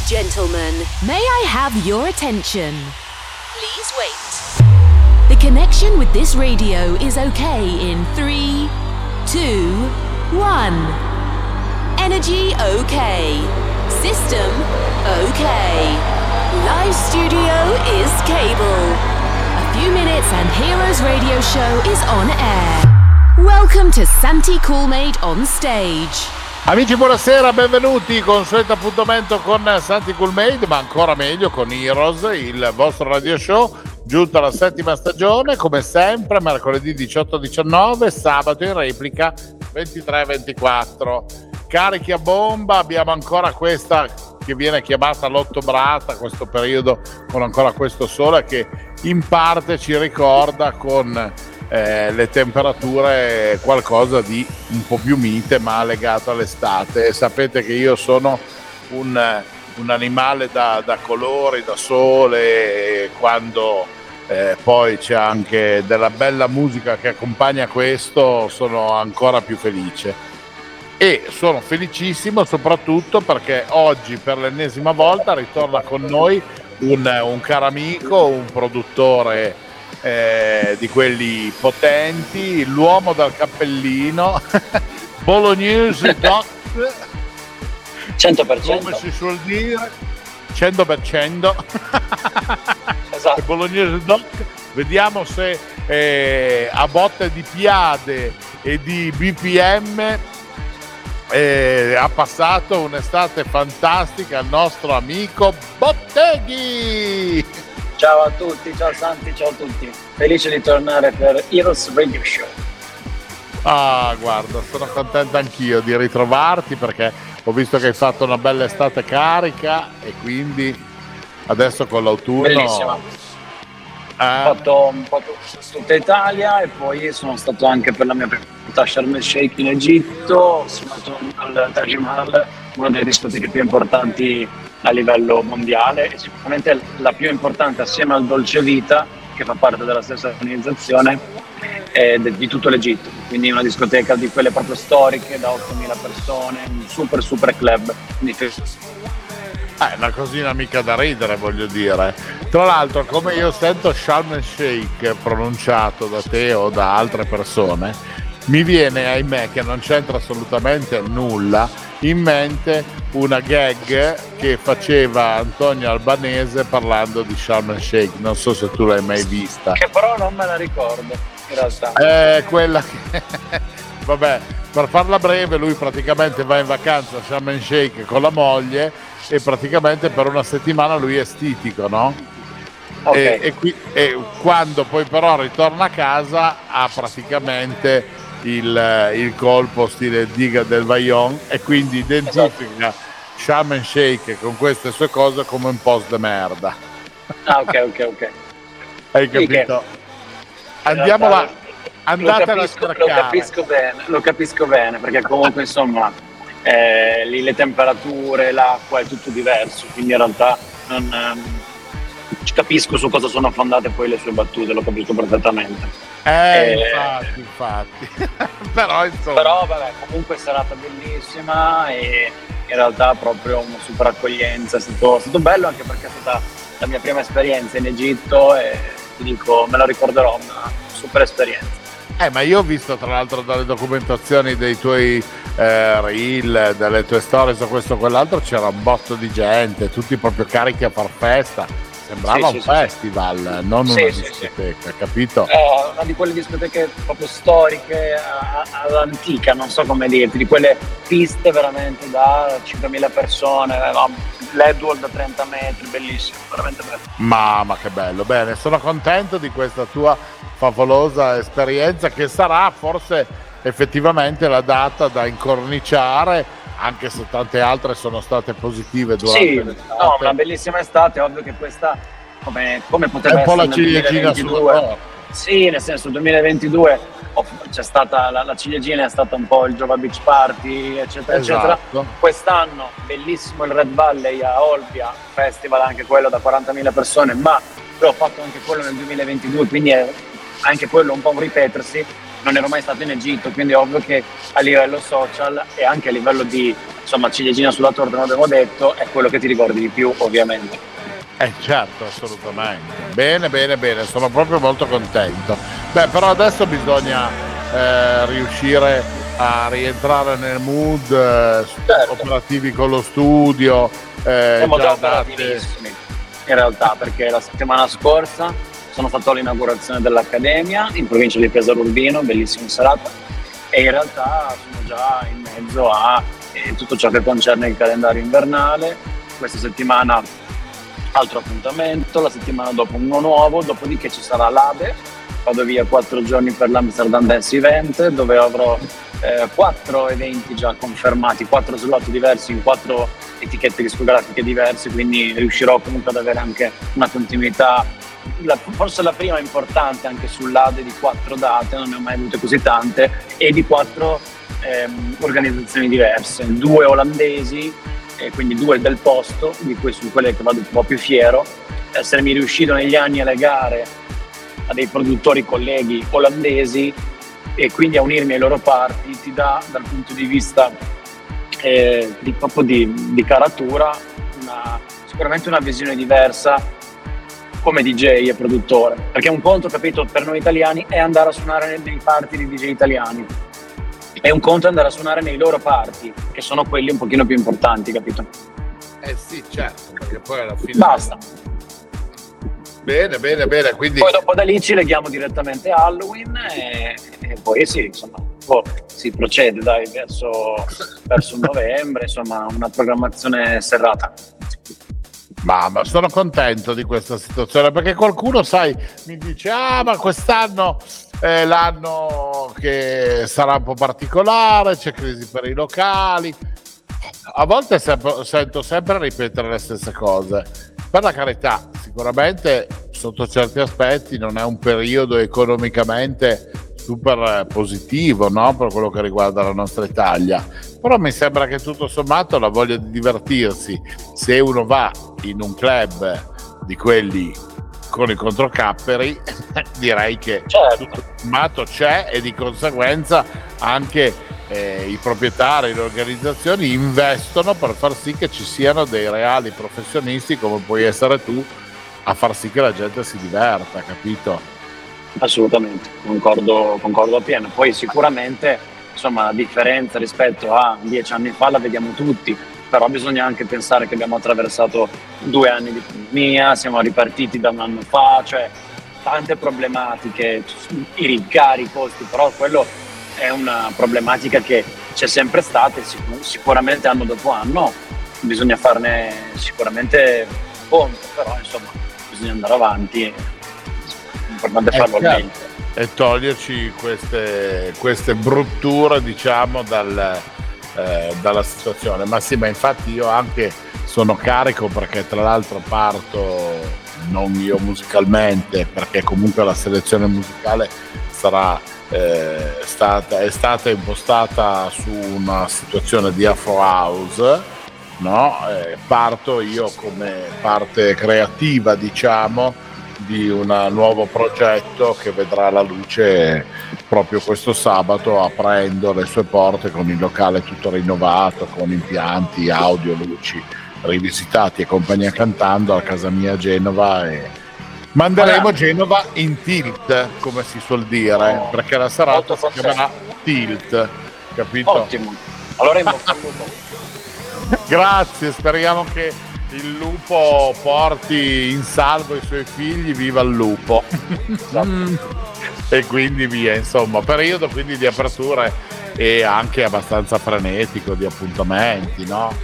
Gentlemen, may I have your attention? Please wait. The connection with this radio is okay in 3, 2, 1. Energy okay. System okay. Live studio is cable. A few minutes and Heroes Radio Show is on air. Welcome to Santi Coolmade on stage. Amici, buonasera, benvenuti. Consueto appuntamento con Santi Coolmade, ma ancora meglio con Heroes, il vostro radio show, giunta alla 7ª stagione, come sempre, mercoledì 18-19, sabato in replica 23-24. Carichi a bomba, abbiamo ancora questa che viene chiamata l'ottobrata, questo periodo con ancora questo sole che in parte ci ricorda con le temperature qualcosa di un po' più mite, ma legato all'estate. E sapete che io sono un animale da colori, da sole, e quando poi c'è anche della bella musica che accompagna questo, sono ancora più felice. E sono felicissimo soprattutto perché oggi per l'ennesima volta ritorna con noi un caro amico, un produttore di quelli potenti, l'uomo dal cappellino, Bolognese Doc, 100%, come si suol dire, 100%. esatto. Bolognese Doc, vediamo se a botte di piade e di BPM ha passato un'estate fantastica il nostro amico Botteghi. Ciao a tutti, ciao Santi, ciao a tutti. Felice di tornare per Heroes Radio Show. Ah, guarda, sono contento anch'io di ritrovarti perché ho visto che hai fatto una bella estate carica e quindi adesso con l'autunno... Bellissima. Ho fatto un po' tutta Italia e poi sono stato anche per la mia prima Sharm el Sheikh in Egitto, sono andato al Taj Mahal, una delle discoteche più importanti a livello mondiale e sicuramente la più importante assieme al Dolce Vita, che fa parte della stessa organizzazione, di tutto l'Egitto. Quindi una discoteca di quelle proprio storiche da 8.000 persone, un super club. Quindi una cosina mica da ridere, voglio dire. Tra l'altro, come io sento Sharm el Sheikh pronunciato da te o da altre persone, mi viene, ahimè, che non c'entra assolutamente nulla, in mente una gag che faceva Antonio Albanese parlando di Sharm el Sheikh. Non so se tu l'hai mai vista. Che però non me la ricordo, in realtà. Quella che... Vabbè, per farla breve, lui praticamente va in vacanza a Sharm el Sheikh con la moglie e praticamente per una settimana lui è stitico, no? Okay. E quando poi però ritorna a casa ha praticamente il colpo stile Diga del Vajont e quindi identifica Sharm el Sheikh con queste sue cose come un post de merda. Ok. Hai capito? Andiamo là, andatela a cercare. Lo capisco bene perché comunque insomma lì le temperature, l'acqua è tutto diverso, quindi in realtà non capisco su cosa sono fondate poi le sue battute, lo capisco perfettamente. Infatti. Però insomma. Però vabbè, comunque serata bellissima e in realtà proprio una super accoglienza, è stato bello anche perché è stata la mia prima esperienza in Egitto e ti dico, me la ricorderò, una super esperienza. Ma io ho visto tra l'altro dalle documentazioni dei tuoi reel, dalle tue storie su questo o quell'altro, c'era un botto di gente, tutti proprio carichi a far festa. Sembrava un festival, non una discoteca, capito? Una di quelle discoteche proprio storiche all'antica, non so come dirti, di quelle piste veramente da 5.000 persone, l'Edward da 30 metri, bellissimo, veramente bello. Ma che bello, bene, sono contento di questa tua favolosa esperienza che sarà forse effettivamente la data da incorniciare, anche se tante altre sono state positive durante l'estate. No, una bellissima estate, ovvio che questa come poteva essere un po' la ciliegina sulla torta. Sì, nel senso 2022 c'è stata la ciliegina, è stata un po' il Giova Beach Party, eccetera, eccetera. Quest'anno bellissimo il Red Valley a Olbia, festival anche quello da 40.000 persone, ma l'ho fatto anche quello nel 2022, quindi è anche quello un po' un ripetersi. non ero mai stato in Egitto, quindi è ovvio che a livello social e anche a livello di, insomma, ciliegina sulla torta, non abbiamo detto, è quello che ti ricordi di più, ovviamente. Certo, assolutamente. Bene, sono proprio molto contento. Beh, però adesso bisogna riuscire a rientrare nel mood, operativi con lo studio. Siamo già operativissimi, in realtà, perché la settimana scorsa sono stato all'inaugurazione dell'Accademia in provincia di Pesaro Urbino, bellissima serata, e in realtà sono già in mezzo a tutto ciò che concerne il calendario invernale. Questa settimana altro appuntamento, la settimana dopo uno nuovo, dopodiché ci sarà l'ADE, vado via 4 giorni per l'Amsterdam Dance Event, dove avrò 4 eventi già confermati, 4 slot diversi in 4 etichette discografiche diverse, quindi riuscirò comunque ad avere anche una continuità, forse la prima importante anche sull'ADE, di 4 date, non ne ho mai avute così tante, e di 4 organizzazioni diverse, 2 olandesi, quindi 2 del posto, di cui su quelle che vado un po' più fiero. Essermi riuscito negli anni a legare a dei produttori colleghi olandesi e quindi a unirmi ai loro party ti dà, dal punto di vista di caratura, sicuramente una visione diversa come DJ e produttore, perché un conto, capito, per noi italiani è andare a suonare nei party di DJ italiani, è un conto andare a suonare nei loro party, che sono quelli un pochino più importanti, capito? Sì, certo, perché poi alla fine basta. Bene, quindi poi dopo da lì ci leghiamo direttamente a Halloween e poi sì, insomma, si procede dai verso novembre, insomma, una programmazione serrata. Ma sono contento di questa situazione, perché qualcuno, sai, mi dice ma quest'anno è l'anno che sarà un po' particolare, c'è crisi per i locali. A volte sento sempre ripetere le stesse cose. Per la carità, sicuramente sotto certi aspetti non è un periodo economicamente super positivo, no? Per quello che riguarda la nostra Italia, però mi sembra che tutto sommato la voglia di divertirsi, se uno va in un club di quelli con i controcapperi, direi che tutto sommato c'è, e di conseguenza anche i proprietari, le organizzazioni investono per far sì che ci siano dei reali professionisti come puoi essere tu, a far sì che la gente si diverta, capito? Assolutamente, concordo appieno. Poi sicuramente, insomma, la differenza rispetto a 10 anni fa la vediamo tutti, però bisogna anche pensare che abbiamo attraversato 2 anni di pandemia, siamo ripartiti da un anno fa, cioè tante problematiche, i rincari, i costi, però quello è una problematica che c'è sempre stata e sicuramente anno dopo anno bisogna farne sicuramente conto, però insomma bisogna andare avanti e l'importante è farlo al meglio. E toglierci queste brutture, diciamo, dalla situazione. Ma sì, ma infatti io anche sono carico, perché tra l'altro parto, non io musicalmente, perché comunque la selezione musicale è stata impostata su una situazione di Afro House, no? Parto io come parte creativa, diciamo, di un nuovo progetto che vedrà la luce proprio questo sabato, aprendo le sue porte con il locale tutto rinnovato, con impianti audio, luci rivisitati e compagnia cantando, a casa mia a Genova, e manderemo Genova in tilt, come si suol dire, perché la serata si chiamerà Tilt, capito? Ottimo, allora in bocca al lupo. Grazie, speriamo che il lupo porti in salvo i suoi figli, viva il lupo. E quindi via, insomma, periodo quindi di aperture e anche abbastanza frenetico di appuntamenti, no?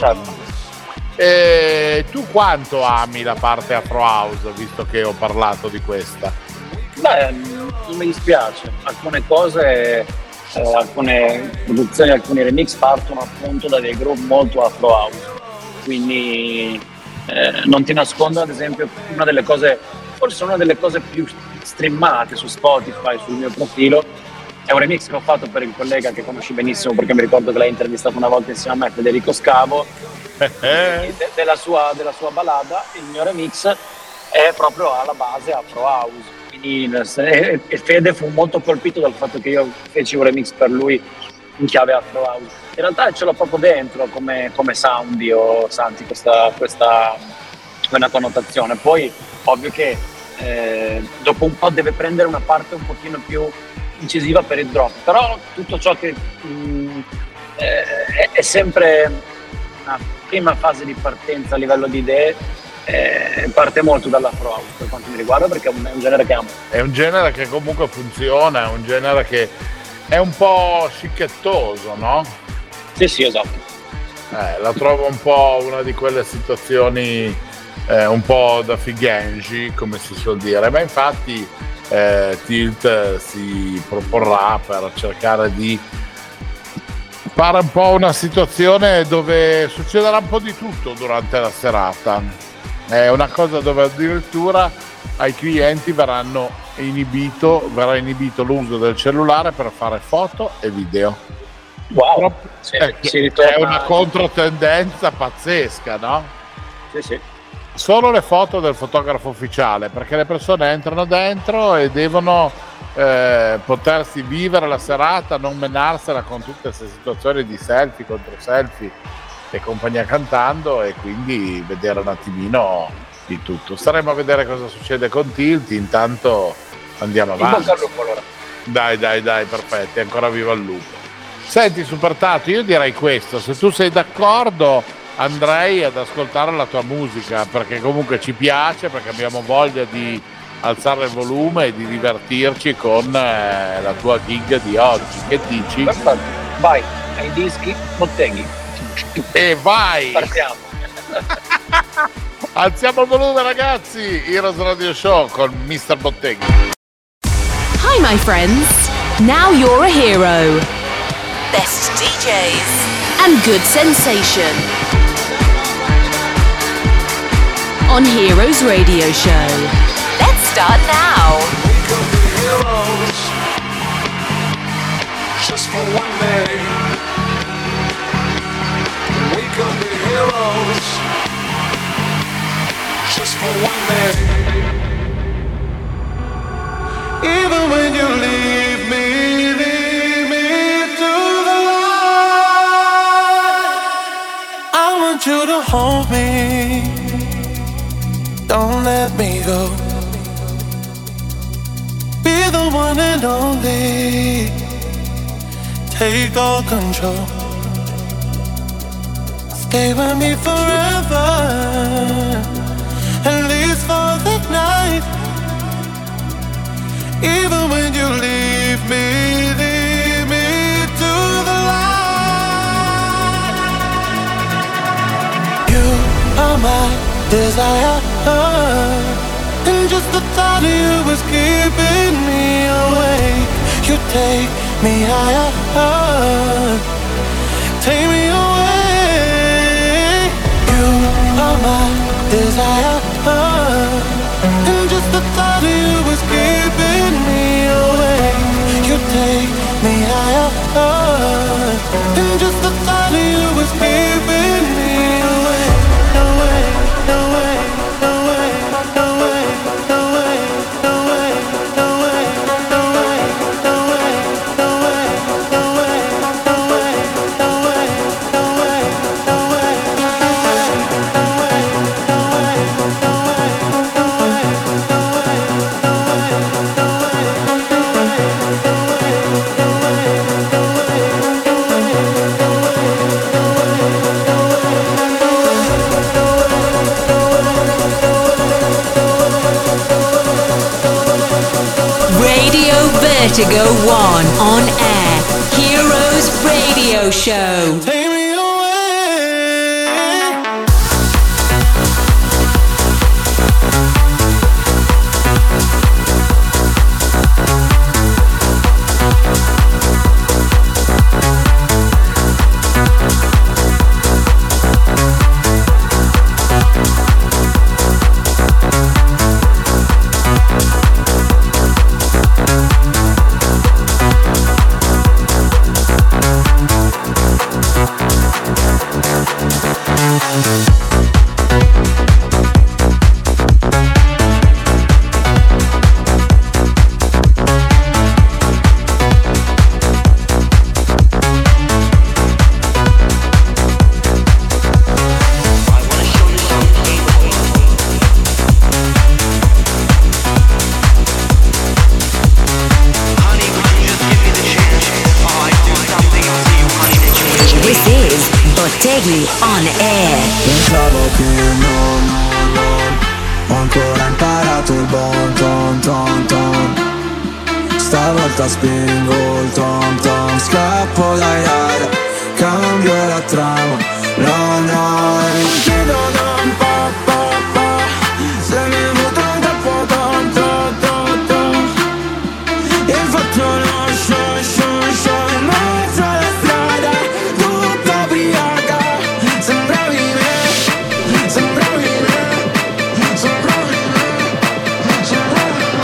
E tu quanto ami la parte Afro House, visto che ho parlato di questa? Beh, non mi dispiace, alcune cose, alcune produzioni, alcuni remix partono appunto da dei groove molto Afro House, quindi non ti nascondo, ad esempio, forse una delle cose più streamate su Spotify, sul mio profilo, è un remix che ho fatto per il collega che conosci benissimo, perché mi ricordo che l'hai intervistato una volta insieme a me, Federico Scavo, della sua ballada. Il mio remix è proprio alla base Afro House, quindi e Fede fu molto colpito dal fatto che io feci un remix per lui in chiave Afro House. In realtà ce l'ho proprio dentro come sound io, Santi, questa una connotazione. Poi ovvio che dopo un po' deve prendere una parte un pochino più incisiva per il drop, però tutto ciò che è sempre una prima fase di partenza a livello di idee, parte molto dall'Afro House per quanto mi riguarda, perché è un genere che amo. È un genere che comunque funziona, è un genere che è un po' scicchettoso, no? Sì, esatto. La trovo un po' una di quelle situazioni un po' da fighengi, come si suol dire, ma infatti Tilt si proporrà per cercare di fare un po' una situazione dove succederà un po' di tutto durante la serata. È una cosa dove addirittura ai clienti verrà inibito l'uso del cellulare per fare foto e video. Wow, è una controtendenza pazzesca, no? Sì. Solo le foto del fotografo ufficiale, perché le persone entrano dentro e devono potersi vivere la serata, non menarsela con tutte queste situazioni di selfie contro selfie e compagnia cantando, e quindi vedere un attimino di tutto. Staremo a vedere cosa succede con Tilt, intanto andiamo avanti. Dai, perfetto, è ancora vivo il lupo. Senti Super Tato, io direi questo, se tu sei d'accordo andrei ad ascoltare la tua musica, perché comunque ci piace, perché abbiamo voglia di alzare il volume e di divertirci con la tua gig di oggi. Che dici? Perfetto, vai, ai dischi Botteghi. E vai! Partiamo. Alziamo il volume, ragazzi. Heroes Radio Show con Mr. Botteghi. Hi my friends, now you're a hero. Best DJs and good sensation on Heroes Radio Show. Let's start now. We could be heroes just for one day. We could be heroes just for one day. Even when you leave me to the light, I want you to hold me. Don't let me go. Be the one and only. Take all control. Stay with me forever, at least for the night. Even when you leave me to the light. You are my desire, and just the thought of you is keeping me awake. You take me higher, take me away. You are my desire, and just the thought of you is keeping me awake. You take me higher, and just the thought of you is keeping me away. No way, no way, no way, no way, no way, no way, no way, no way, no way, no way, no way, no way, no way, no way, no way, Vertigo 1 on air. Heroes Radio Show. take me away. Bottega on air. Pensavo che non ho ancora imparato il bon ton ton ton. Stavolta spingo il tom tom, scappo dai radar, cambio la trama, no no, mi chiedo un po', se mi muto un po' tom tom tom tom. E faccio lo show in mezzo alla strada, tutta ubriaca, sembravi me, sembravi me, sembravi me, sembravi me.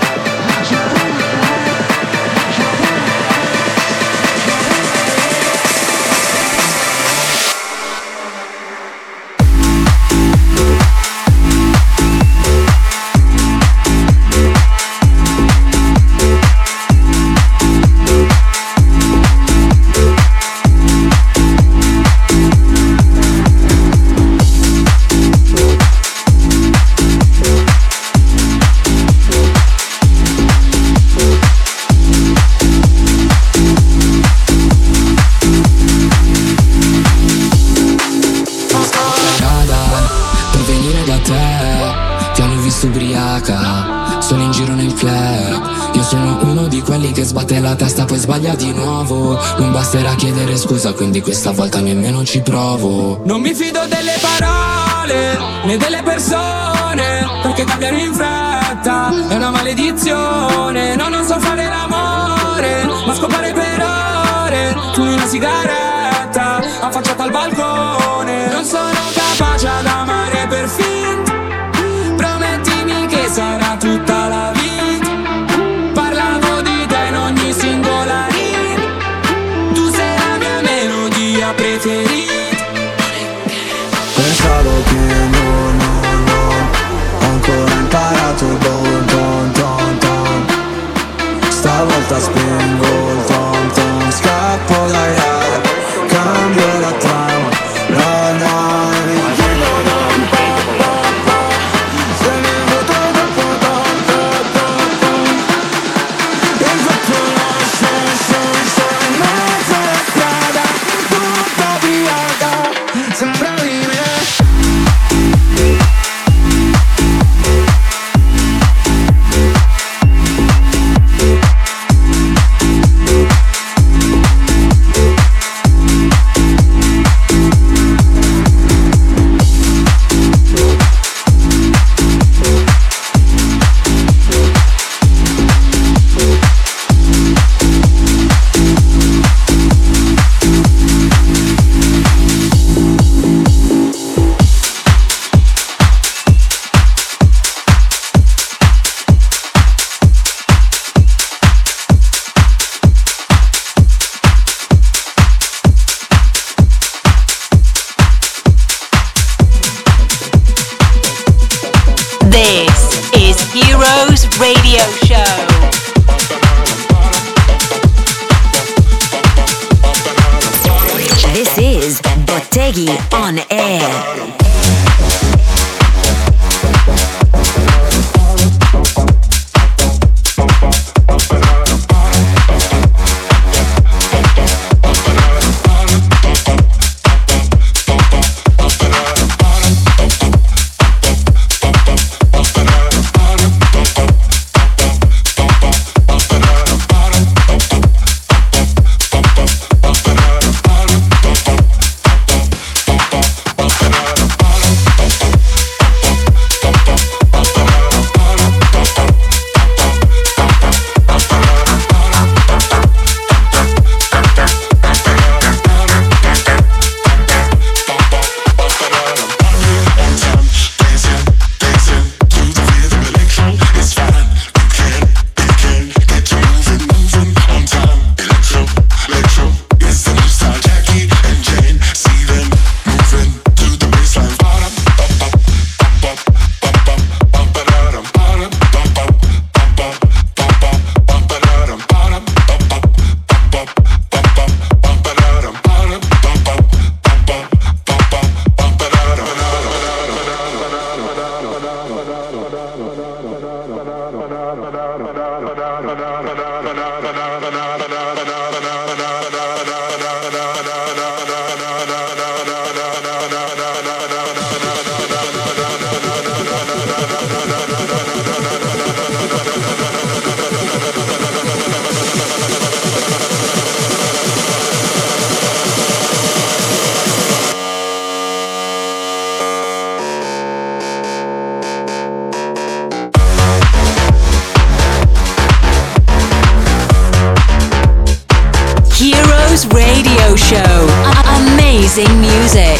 Sono in giro nel club, io sono uno di quelli che sbatte la testa poi sbaglia di nuovo. Non basterà chiedere scusa, quindi questa volta nemmeno ci provo. Non mi fido delle parole né delle persone, perché cambiano in fretta è una maledizione. No, non so fare l'amore, ma scopare per ore. Fumi una sigaretta affacciata al balcone. Non sono capace ad amare per finta, sarà tutta la vita. Parlavo di te in ogni singola rima, tu sei la mia melodia preferita. Pensavo che non ho ancora imparato il bon ton ton ton. Stavolta spengo il tom tom, scappo dai radar, cambio la trama, no no, mi chiedo un po'. This is Heroes Radio Show. This is Bottega on air. amazing music.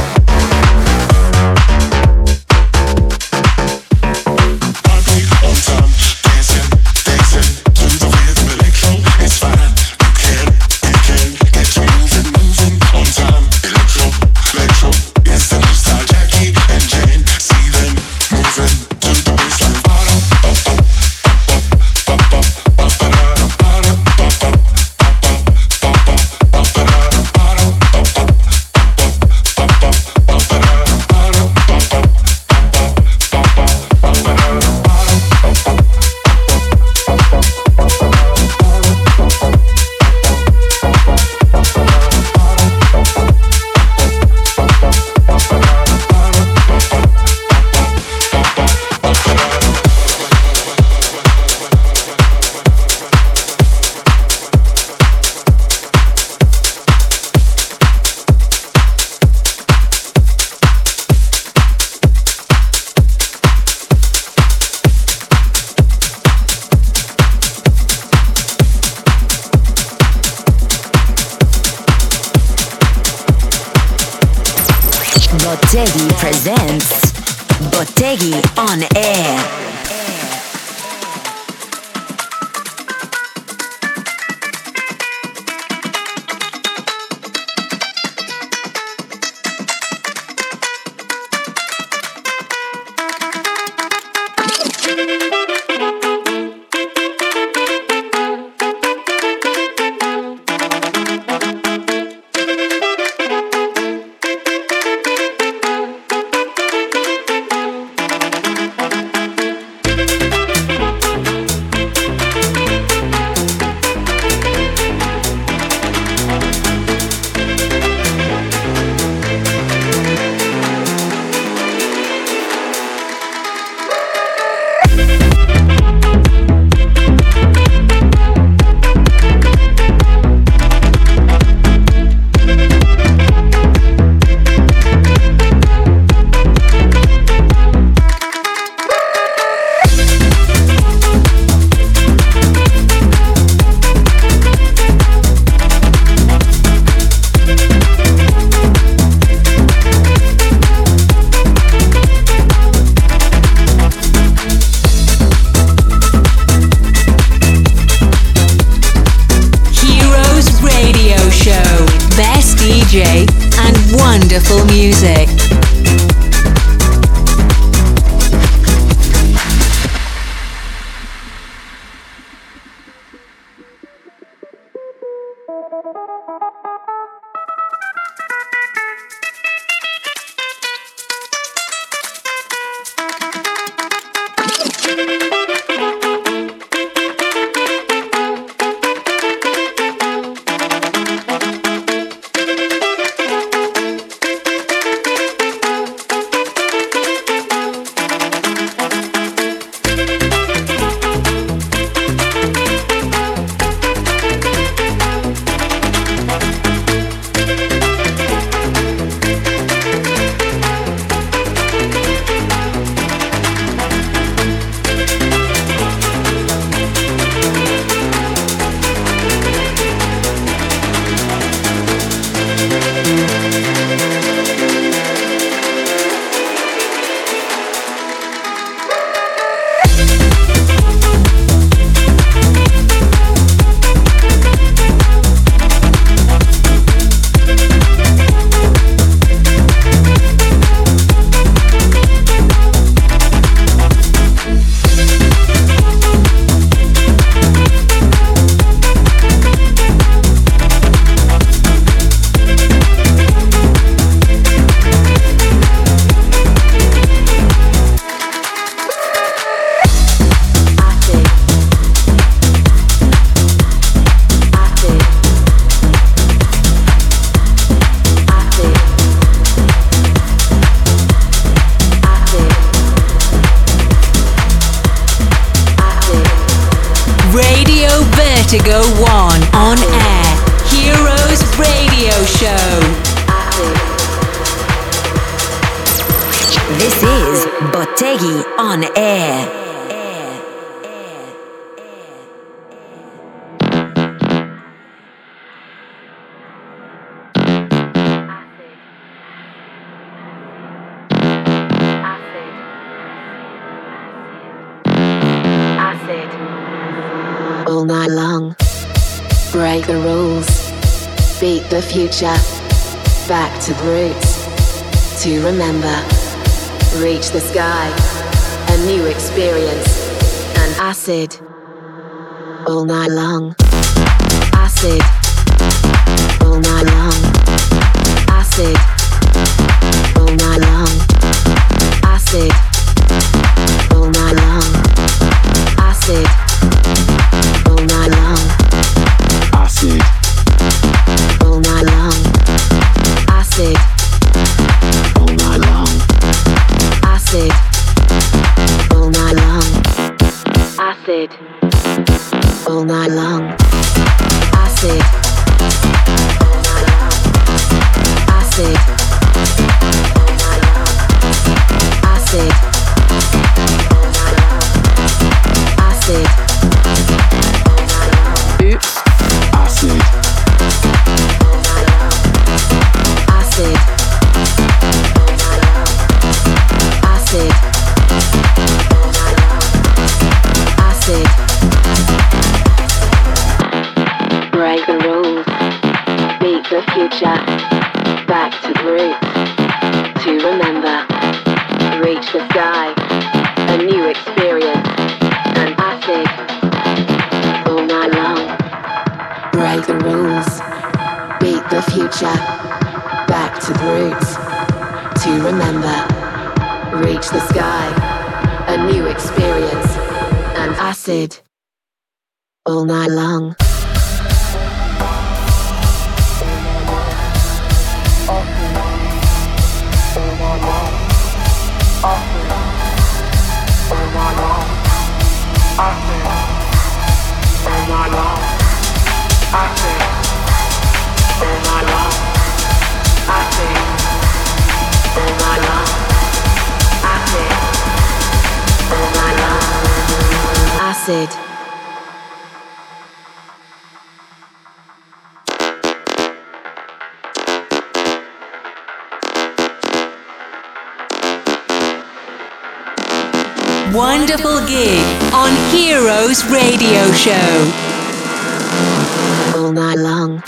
Botteghi presents Botteghi on Air. And wonderful music. Vertigo One on air. Heroes Radio Show. This is Botteghi on Air. Acid. All night long. Break the rules. Beat the future. Back to the roots. To remember. Reach the sky. A new experience. And acid. All night long. Acid. All night long. Acid. All night long. Acid. All night long. Acid. All night long. Acid. All night long. Acid. All night long. Acid. All night long. Acid. All night long. Acid. Acid. Acid. Acid. It's acid. Acid. Acid. Acid. Break the rules. Beat the future. Back to the roots. To remember. Reach the sky. A new experience. And acid. All night long. Break the rules. Beat the future. Back to the roots. To remember. Reach the sky. A new experience. And acid. All night long. Acid. Wonderful gig on Heroes Radio Show. All night long.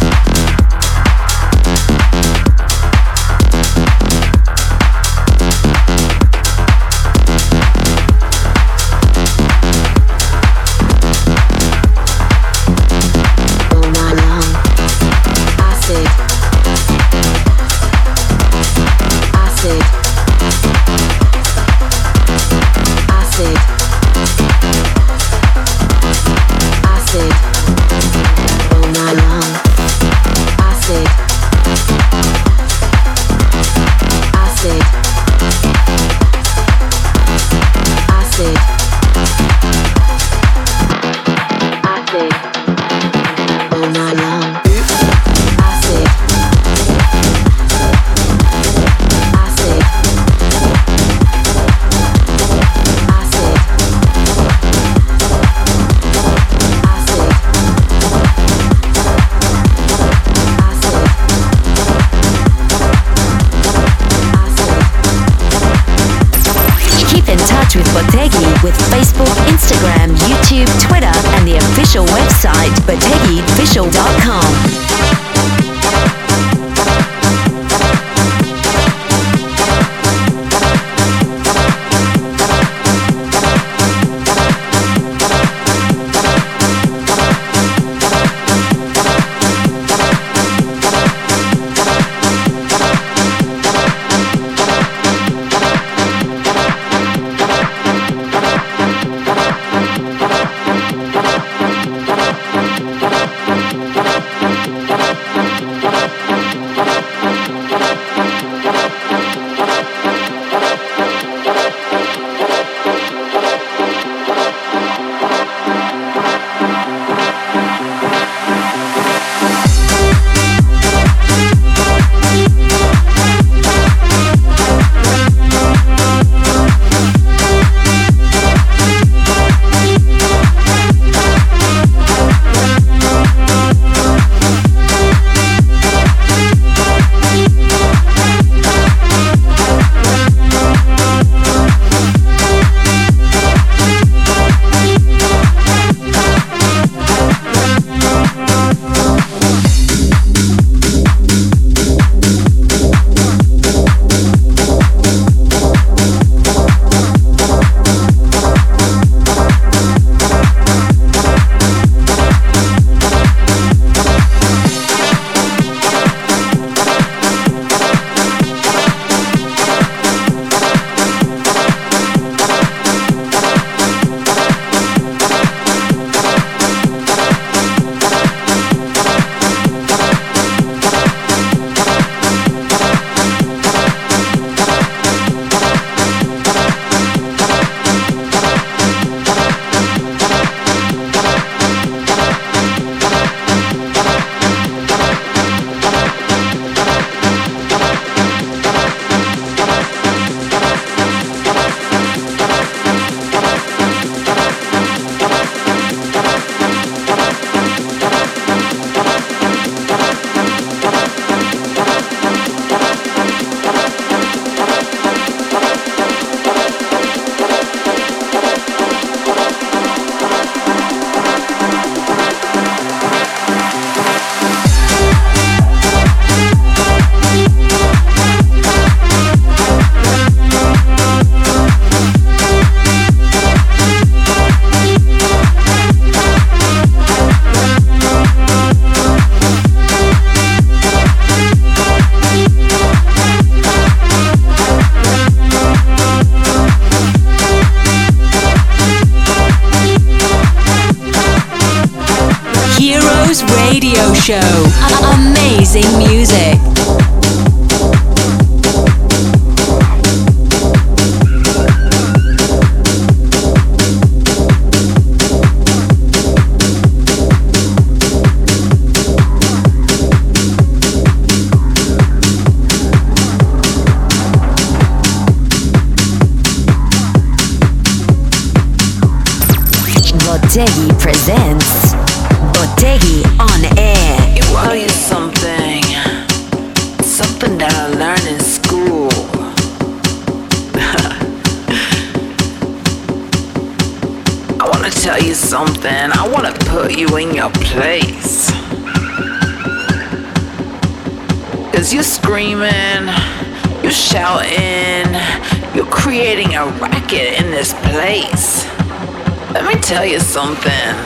with Bottegi with Facebook, Instagram, YouTube, Twitter, and the official website, BottegiOfficial.com. Show. Amazing music. Botteghi presents Botteghi on Air. I'll tell you something that I learned in school. I wanna tell you something, I wanna put you in your place. 'Cause you're screaming, you're shouting, you're creating a racket in this place. Let me tell you something.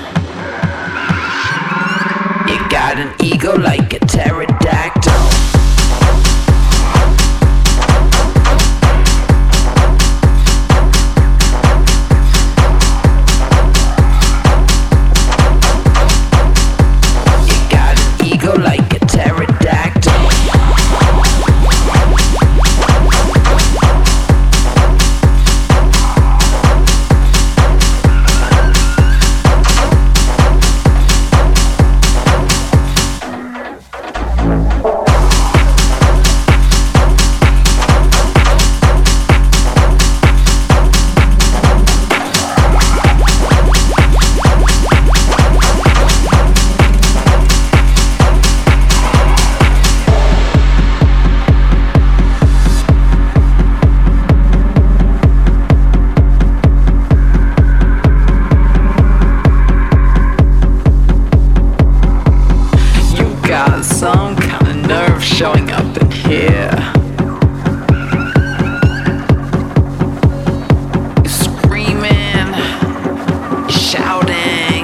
You got an ego like a pterodactyl. You got an ego like a pterodactyl. Some kind of nerve showing up in here. You're screaming, you're shouting,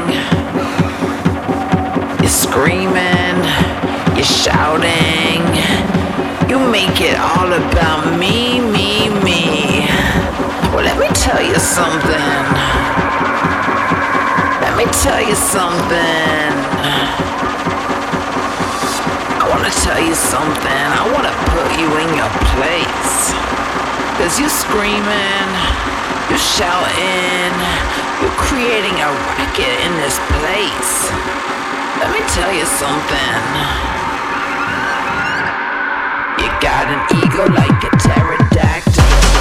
you're screaming, you're shouting. You make it all about me, me, me. Well, let me tell you something. Let me tell you something. I wanna tell you something, I wanna put you in your place. 'Cause you're screaming, you're shouting, you're creating a racket in this place. Let me tell you something. You got an ego like a pterodactyl.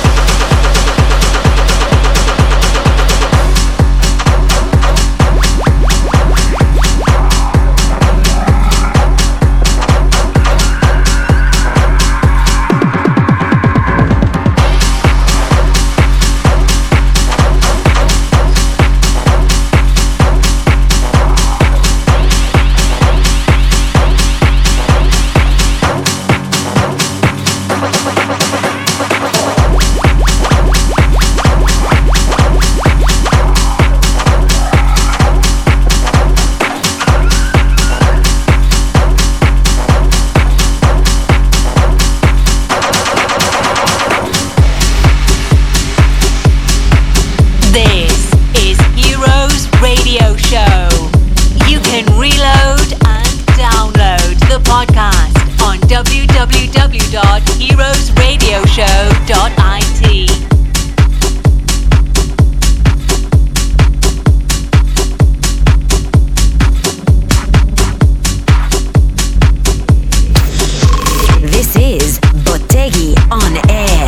www.heroesradioshow.it. This is Botteghi on Air.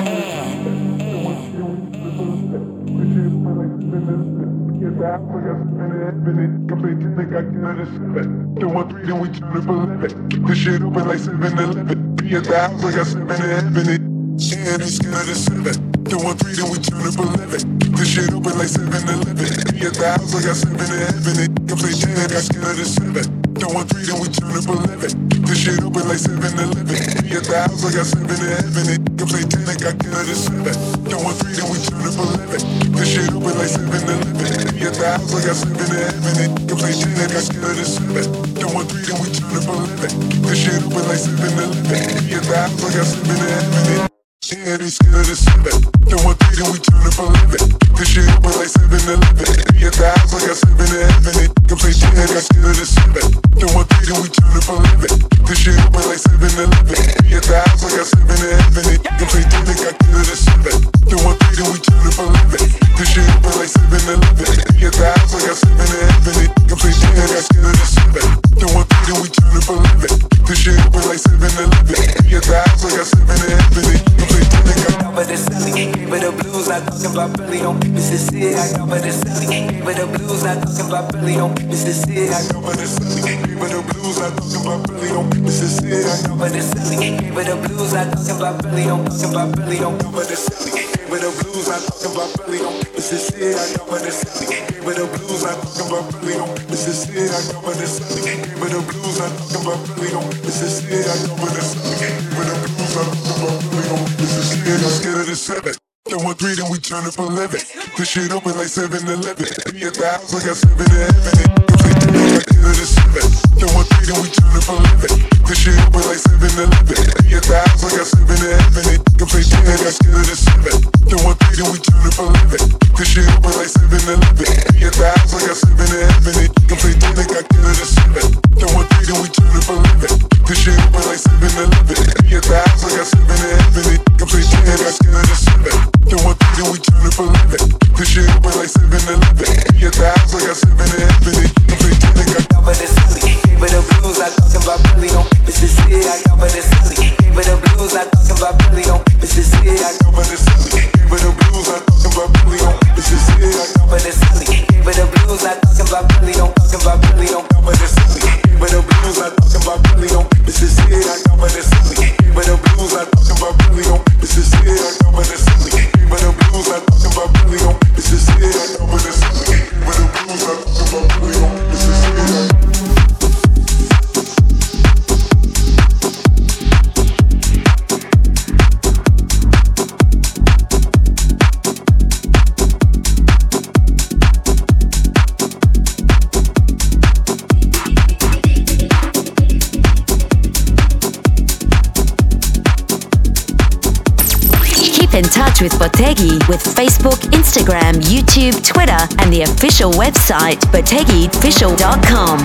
Then 1 3, then we turn up 11. This shit open like 7-Eleven. Be at the house, I got 7 in heaven. And it's scared of 7. Then 1 3, then we turn up 11. This shit open like 7-Eleven. Be at the house, I got 7 in heaven. Can play 10, got scared of 7. Then 1 3, then we turn up 11. This shit open like 7-Eleven. Be at the house, I got 7 in heaven. Can play 10, got scared of 7. Then 1 3, then we turn up 11. This shit open like 7-Eleven. Be at the house, I got 7 in heaven. Can play 10, got scared of 7. Then 1 3, then we turn up 11. This shit open like 7-Eleven. Be at the house, I got 7 in heaven. Yeah, they scared of the 7. Then 1 3, then we turn up 11. This shit open like 7-Eleven. Be at the house, I got 7 in heaven. Come say, yeah, got scared of the 7. Then 1 3, then we turn up 11. This shit open like 7-Eleven. Be at the house, I got 7 in heaven. Come say, yeah, got scared of the 7. Then 1 3, then we turn up 11. This shit open like 7-Eleven. Be at the house, I got 7 in heaven. Come say, yeah, got scared of the 7. Then 1 3, then we turn up 11. This shit open like 7-Eleven. Be at the house, I got 7 in heaven. Come say, yeah, got but the silly, gave her the blues, not talking about Billy on Mississippi. I got but the silly, gave her the blues, not talking about Billy on Mississippi. I got but the silly, gave her the blues, not talking about Billy on Mississippi. I got but the silly, gave her the blues, not talking about Billy on, talking about Billy on. Got but the silly, gave her the blues, not talking about Billy on Mississippi. I got but the silly, gave her the blues, not talking about Billy on Mississippi. I got but the silly, gave her the blues, not talking about Billy on Mississippi. I got but the silly, gave her the blues, not talking about Billy on Mississippi. I'm scared of the 7. Then 1 3, then we turn up 11. This shit open like 7-Eleven. Be at the house, I got 7 in heaven. Come say, yeah, got scared of the 7. Then 1 3, then we turn up 11. This shit open like 7-Eleven. Be at the house, I got 7 in heaven. Come say, yeah, got scared of the 7. Then 1 3, then we turn up 11. This shit open like 7-Eleven. Be at the house, I got 7 in heaven. Come say, yeah, got scared of the 7. Then 1 3, then we turn up 11. This shit open like 7-Eleven. Be at the house, I got 7 in heaven. Come say, yeah, got scared of the 7. Then 1 3, then we turn up 11. This shit open like 7-Eleven. Be at the house, I got 7 in heaven. Come say, yeah, got but the silly, gave her the blues, not talking about Billy on Mississippi. I got but the silly, gave her the blues, not talking about Billy on Mississippi. I got but the silly, gave her the blues, not talking about Billy on Mississippi. I got but the silly, gave her the blues, not talking about Billy on, talking about Billy on. Got but the silly, gave her the blues, not talking about Billy on Mississippi. I got but the silly, gave her the blues, not talking about Billy on Mississippi. I got but the silly, gave her the blues, not talking about Billy on Mississippi. I got but the silly, gave her the blues, not talking about Billy on Mississippi. In touch with Botteghi with Facebook, Instagram, YouTube, Twitter, and the official website, BotteghiOfficial.com.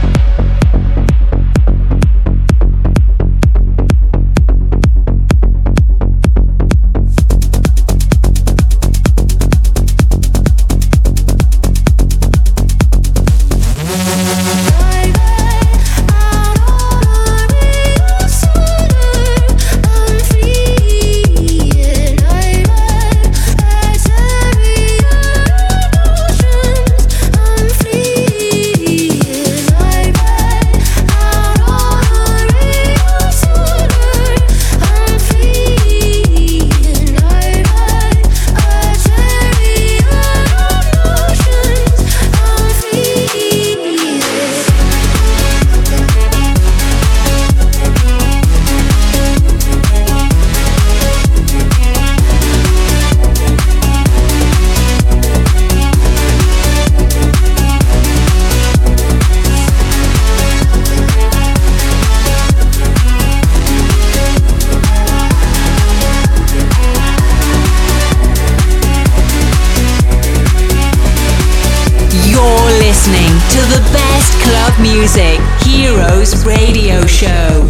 Music Heroes Radio Show.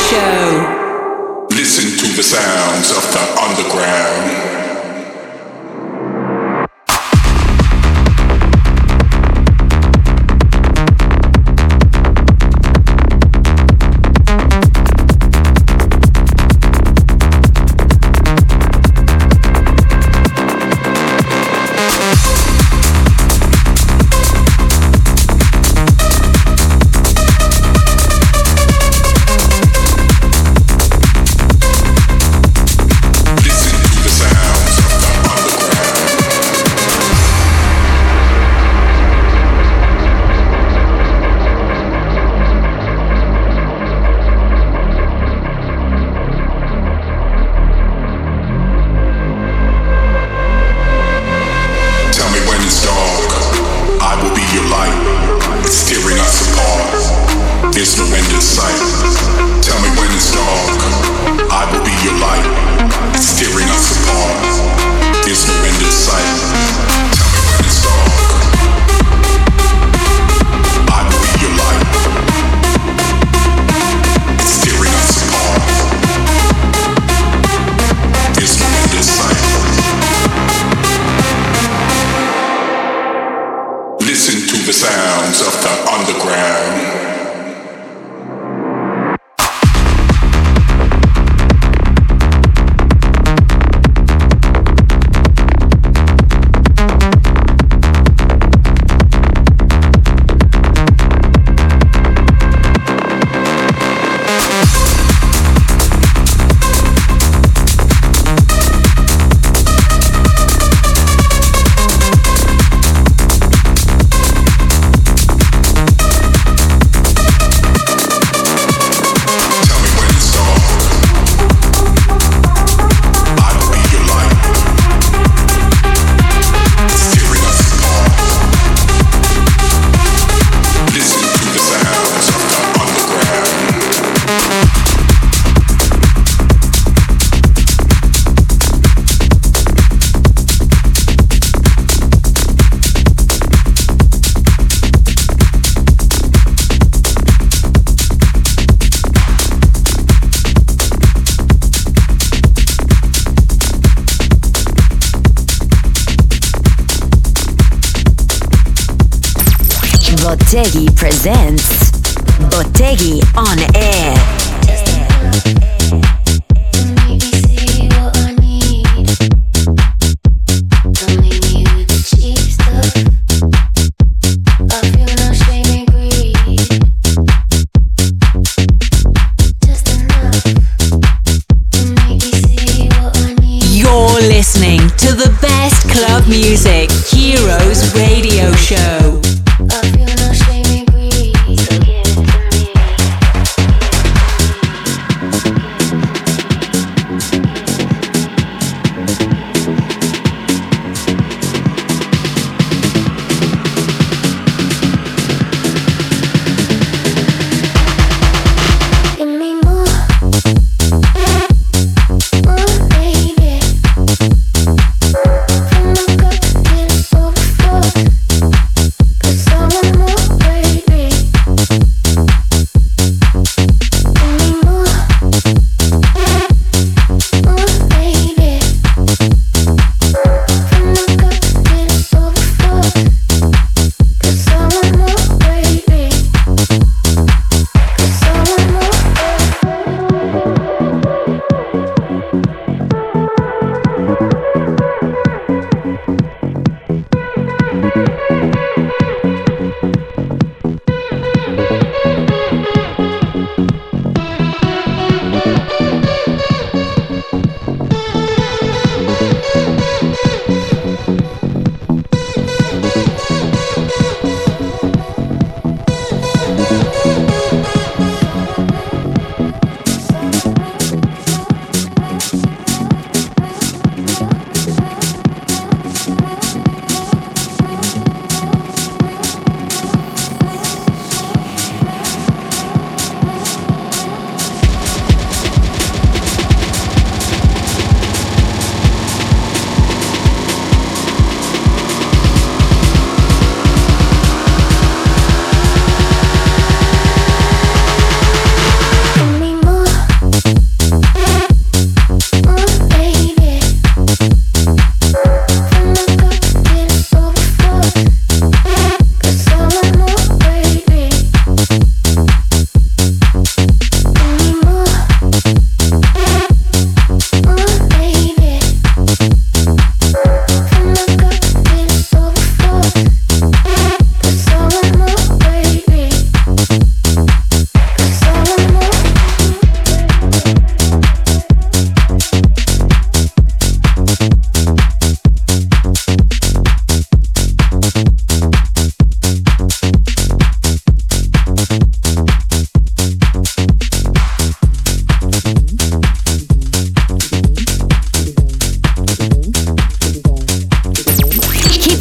Show. Listen to the sounds of the underground. Botteghi presents Botteghi on Air. You're listening to the best club music, Heroes Radio Show.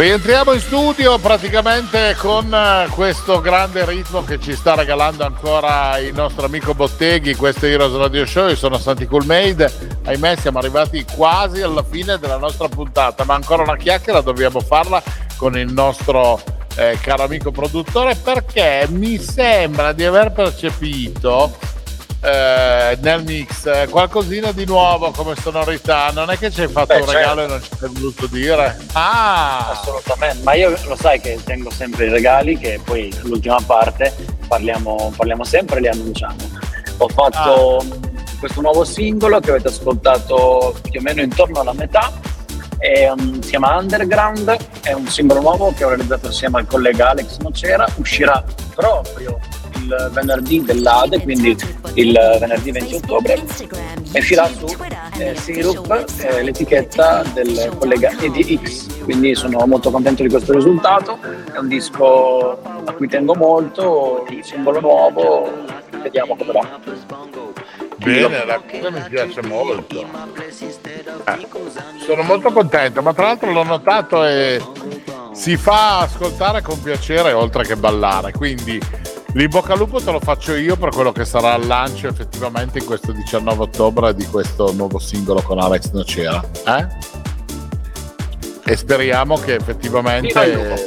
Rientriamo in studio praticamente con questo grande ritmo che ci sta regalando ancora il nostro amico Botteghi. Questo è Heroes Radio Show, io sono Santi Cool Made. Ahimè, siamo arrivati quasi alla fine della nostra puntata, ma ancora una chiacchiera dobbiamo farla con il nostro caro amico produttore, perché mi sembra di aver percepito nel mix qualcosina di nuovo come sonorità. Non è che ci hai fatto un regalo e non ci hai voluto dire? Assolutamente, ma io lo sai che tengo sempre i regali, che poi l'ultima parte parliamo sempre e li annunciamo. Ho fatto questo nuovo singolo che avete ascoltato più o meno intorno alla metà, si chiama Underground, è un singolo nuovo che ho realizzato insieme al collega Alex Nocera, uscirà proprio il venerdì dell'Ade, quindi il venerdì 20 ottobre, e uscirà su Syrup, l'etichetta del collega EDX, quindi sono molto contento di questo risultato. È un disco a cui tengo molto, il singolo nuovo, vediamo come va. Bene, la cosa mi piace molto, sono molto contento, ma tra l'altro l'ho notato e si fa ascoltare con piacere oltre che ballare, quindi in bocca al lupo te lo faccio io per quello che sarà il lancio effettivamente in questo 19 ottobre di questo nuovo singolo con Alex Nocera, e speriamo che effettivamente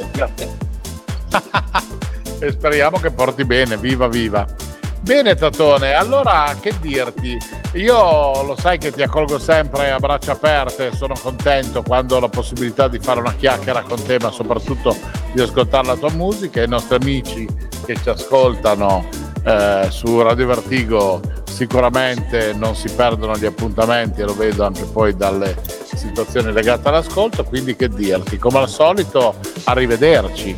e speriamo che porti bene, viva. Bene Tatone, allora che dirti, io lo sai che ti accolgo sempre a braccia aperte, sono contento quando ho la possibilità di fare una chiacchiera con te, ma soprattutto di ascoltare la tua musica. I nostri amici che ci ascoltano su Radio Vertigo sicuramente non si perdono gli appuntamenti, e lo vedo anche poi dalle situazioni legate all'ascolto, quindi che dirti, come al solito arrivederci.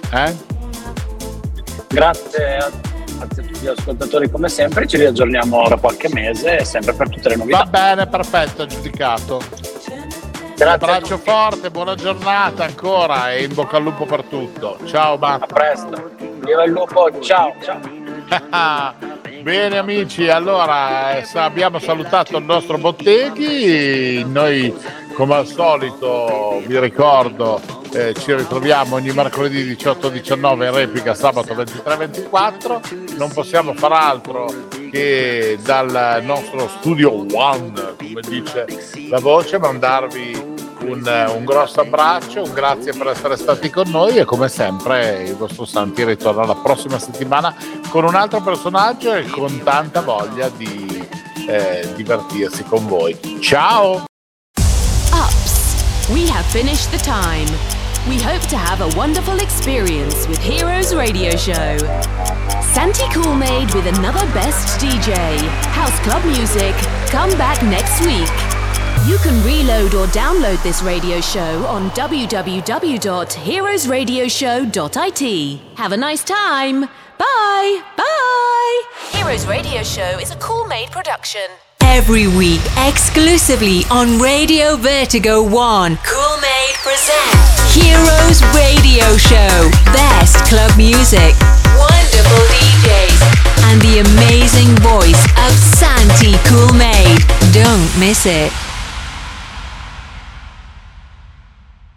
Grazie a tutti gli ascoltatori come sempre, ci riaggiorniamo tra qualche mese sempre per tutte le novità. Va bene, perfetto, giudicato. Un abbraccio forte, buona giornata ancora e in bocca al lupo per tutto. Ciao A presto, viva il lupo, ciao. Bene amici, allora abbiamo salutato il nostro Botteghi, noi come al solito vi ricordo ci ritroviamo ogni mercoledì 18-19 in replica sabato 23-24, non possiamo far altro che dal nostro studio One, come dice la voce, mandarvi un grosso abbraccio, un grazie per essere stati con noi e come sempre il vostro Santi ritorna la prossima settimana con un altro personaggio e con tanta voglia di divertirsi con voi. Ciao! Ups, we have finished the time. We hope to have a wonderful experience with Heroes Radio Show. Santi Cool Made with another best DJ. House club music. Come back next week. You can reload or download this radio show on www.heroesradioshow.it. Have a nice time. Bye. Bye. Heroes Radio Show is a Cool Made production. Every week, exclusively on Radio Vertigo 1, Cool Made presents Heroes Radio Show. Best club music, wonderful DJs, and the amazing voice of Santi Cool Made. Don't miss it.